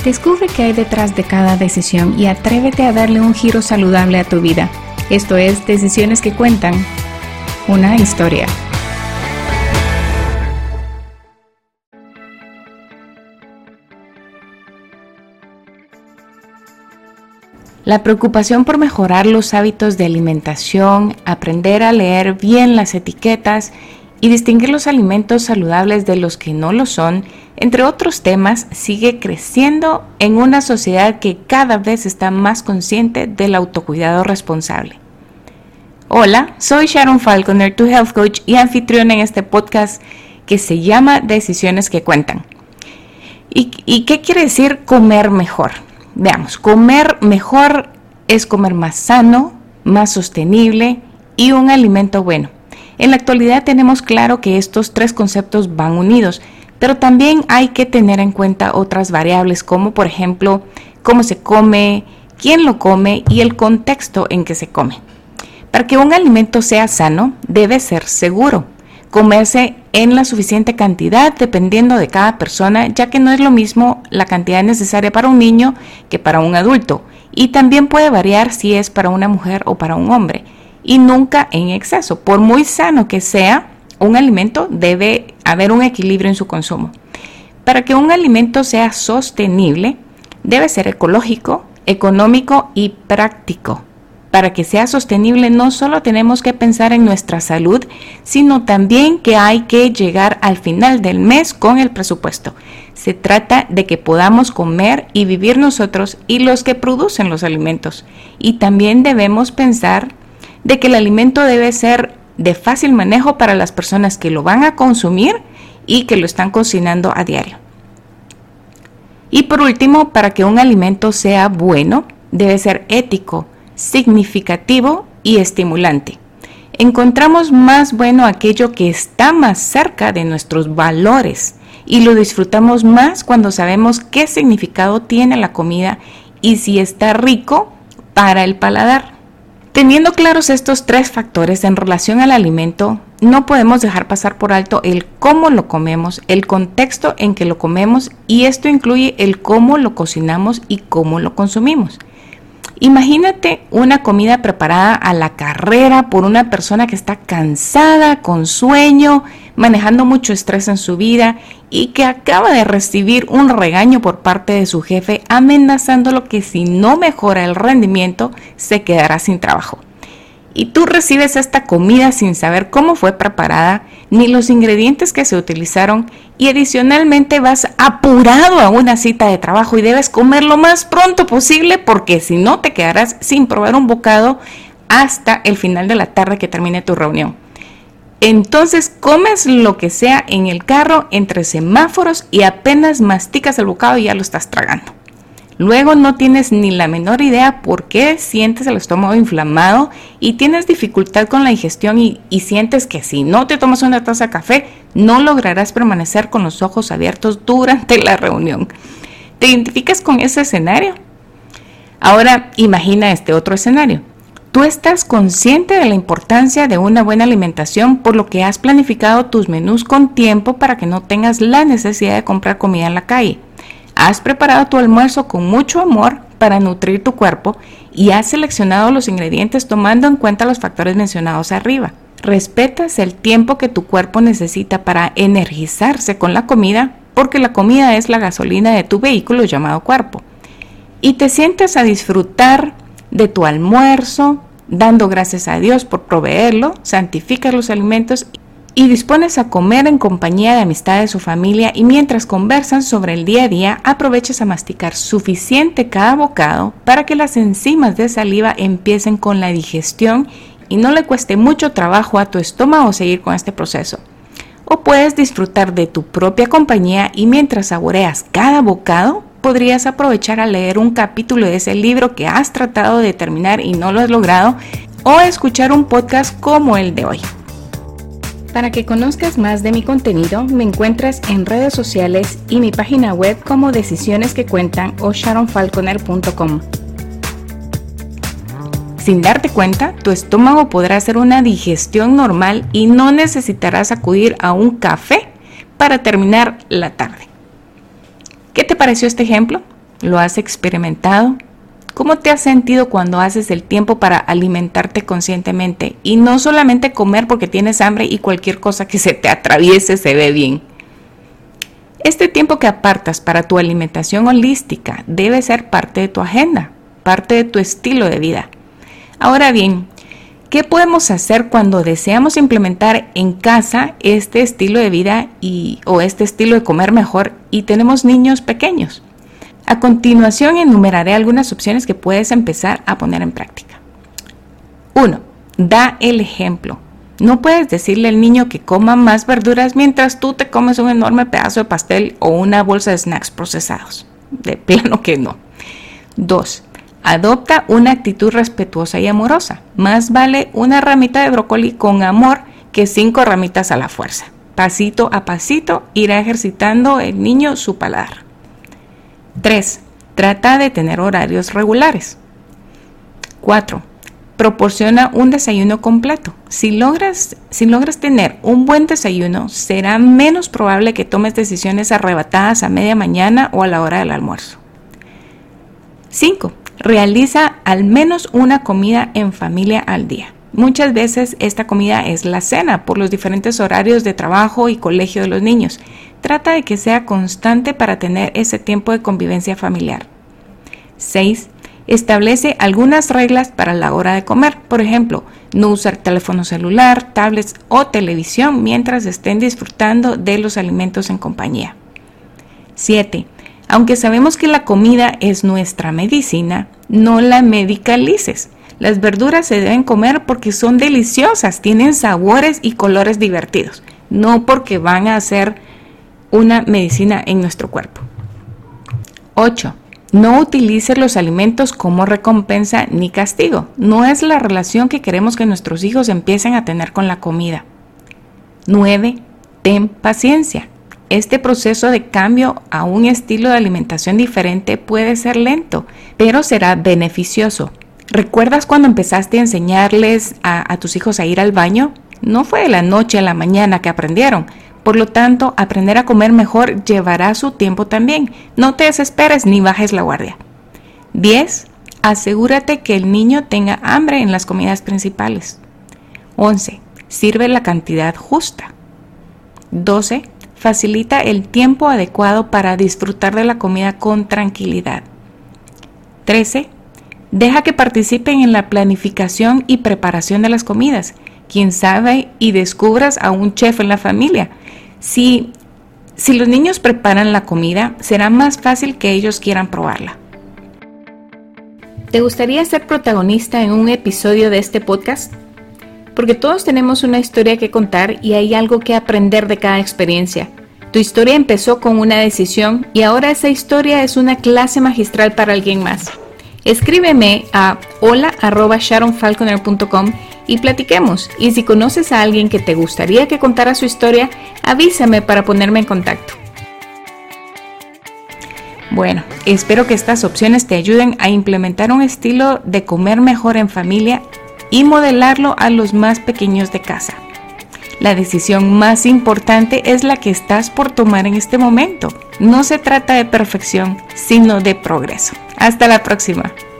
Descubre qué hay detrás de cada decisión y atrévete a darle un giro saludable a tu vida. Esto es Decisiones que Cuentan, una historia. La preocupación por mejorar los hábitos de alimentación, aprender a leer bien las etiquetas y distinguir los alimentos saludables de los que no lo son, entre otros temas, sigue creciendo en una sociedad que cada vez está más consciente del autocuidado responsable. Hola, soy Sharon Falconer, tu Health Coach y anfitriona en este podcast que se llama Decisiones que Cuentan. ¿Y qué quiere decir comer mejor? Veamos, comer mejor es comer más sano, más sostenible y un alimento bueno. En la actualidad tenemos claro que estos tres conceptos van unidos, pero también hay que tener en cuenta otras variables como por ejemplo cómo se come, quién lo come y el contexto en que se come. Para que un alimento sea sano debe ser seguro, comerse en la suficiente cantidad dependiendo de cada persona, ya que no es lo mismo la cantidad necesaria para un niño que para un adulto, y también puede variar si es para una mujer o para un hombre, y nunca en exceso. Por muy sano que sea un alimento, debe haber un equilibrio en su consumo. Para que un alimento sea sostenible, debe ser ecológico, económico y práctico. Para que sea sostenible no solo tenemos que pensar en nuestra salud, sino también que hay que llegar al final del mes con el presupuesto. Se trata de que podamos comer y vivir nosotros y los que producen los alimentos. Y también debemos pensar de que el alimento debe ser de fácil manejo para las personas que lo van a consumir y que lo están cocinando a diario. Y por último, para que un alimento sea bueno, debe ser ético, significativo y estimulante. Encontramos más bueno aquello que está más cerca de nuestros valores y lo disfrutamos más cuando sabemos qué significado tiene la comida y si está rico para el paladar. Teniendo claros estos tres factores en relación al alimento, no podemos dejar pasar por alto el cómo lo comemos, el contexto en que lo comemos, y esto incluye el cómo lo cocinamos y cómo lo consumimos. Imagínate una comida preparada a la carrera por una persona que está cansada, con sueño, manejando mucho estrés en su vida y que acaba de recibir un regaño por parte de su jefe amenazándolo que si no mejora el rendimiento se quedará sin trabajo. Y tú recibes esta comida sin saber cómo fue preparada, ni los ingredientes que se utilizaron, y adicionalmente vas apurado a una cita de trabajo y debes comer lo más pronto posible porque si no te quedarás sin probar un bocado hasta el final de la tarde que termine tu reunión. Entonces comes lo que sea en el carro, entre semáforos, y apenas masticas el bocado y ya lo estás tragando. Luego no tienes ni la menor idea por qué sientes el estómago inflamado y tienes dificultad con la digestión y sientes que si no te tomas una taza de café no lograrás permanecer con los ojos abiertos durante la reunión. ¿Te identificas con ese escenario? Ahora imagina este otro escenario. Tú estás consciente de la importancia de una buena alimentación, por lo que has planificado tus menús con tiempo para que no tengas la necesidad de comprar comida en la calle. Has preparado tu almuerzo con mucho amor para nutrir tu cuerpo y has seleccionado los ingredientes tomando en cuenta los factores mencionados arriba. Respetas el tiempo que tu cuerpo necesita para energizarse con la comida, porque la comida es la gasolina de tu vehículo llamado cuerpo. Y te sientas a disfrutar de tu almuerzo, dando gracias a Dios por proveerlo, santificas los alimentos y dispones a comer en compañía de amistades o familia, y mientras conversan sobre el día a día, aprovechas a masticar suficiente cada bocado para que las enzimas de saliva empiecen con la digestión y no le cueste mucho trabajo a tu estómago seguir con este proceso. O puedes disfrutar de tu propia compañía y mientras saboreas cada bocado, podrías aprovechar a leer un capítulo de ese libro que has tratado de terminar y no lo has logrado, o escuchar un podcast como el de hoy. Para que conozcas más de mi contenido, me encuentras en redes sociales y mi página web como Decisiones que Cuentan o sharonfalconer.com. Sin darte cuenta, tu estómago podrá hacer una digestión normal y no necesitarás acudir a un café para terminar la tarde. ¿Qué te pareció este ejemplo? ¿Lo has experimentado? ¿Cómo te has sentido cuando haces el tiempo para alimentarte conscientemente y no solamente comer porque tienes hambre y cualquier cosa que se te atraviese se ve bien? Este tiempo que apartas para tu alimentación holística debe ser parte de tu agenda, parte de tu estilo de vida. Ahora bien, ¿qué podemos hacer cuando deseamos implementar en casa este estilo de vida o este estilo de comer mejor y tenemos niños pequeños? A continuación enumeraré algunas opciones que puedes empezar a poner en práctica. 1. Da el ejemplo. No puedes decirle al niño que coma más verduras mientras tú te comes un enorme pedazo de pastel o una bolsa de snacks procesados. De plano que no. 2. Adopta una actitud respetuosa y amorosa. Más vale una ramita de brócoli con amor que 5 ramitas a la fuerza. Pasito a pasito irá ejercitando el niño su paladar. 3. Trata de tener horarios regulares. 4. Proporciona un desayuno completo. Si logras tener un buen desayuno, será menos probable que tomes decisiones arrebatadas a media mañana o a la hora del almuerzo. 5. Realiza al menos una comida en familia al día. Muchas veces esta comida es la cena por los diferentes horarios de trabajo y colegio de los niños. Trata de que sea constante para tener ese tiempo de convivencia familiar. 6. Establece algunas reglas para la hora de comer. Por ejemplo, no usar teléfono celular, tablets o televisión mientras estén disfrutando de los alimentos en compañía. 7. Aunque sabemos que la comida es nuestra medicina, no la medicalices. Las verduras se deben comer porque son deliciosas, tienen sabores y colores divertidos, no porque van a ser una medicina en nuestro cuerpo. 8. No utilices los alimentos como recompensa ni castigo. No es la relación que queremos que nuestros hijos empiecen a tener con la comida. 9. Ten paciencia. Este proceso de cambio a un estilo de alimentación diferente puede ser lento, pero será beneficioso. ¿Recuerdas cuando empezaste a enseñarles a tus hijos a ir al baño? No fue de la noche a la mañana que aprendieron. Por lo tanto, aprender a comer mejor llevará su tiempo también. No te desesperes ni bajes la guardia. 10. Asegúrate que el niño tenga hambre en las comidas principales. 11. Sirve la cantidad justa. 12. Facilita el tiempo adecuado para disfrutar de la comida con tranquilidad. 13. Deja que participen en la planificación y preparación de las comidas. Quién sabe y descubras a un chef en la familia. Si los niños preparan la comida, será más fácil que ellos quieran probarla. ¿Te gustaría ser protagonista en un episodio de este podcast? Porque todos tenemos una historia que contar y hay algo que aprender de cada experiencia. Tu historia empezó con una decisión y ahora esa historia es una clase magistral para alguien más. Escríbeme a hola@sharonfalconer.com y platiquemos. Y si conoces a alguien que te gustaría que contara su historia, avísame para ponerme en contacto. Bueno, espero que estas opciones te ayuden a implementar un estilo de comer mejor en familia y modelarlo a los más pequeños de casa. La decisión más importante es la que estás por tomar en este momento. No se trata de perfección, sino de progreso. Hasta la próxima.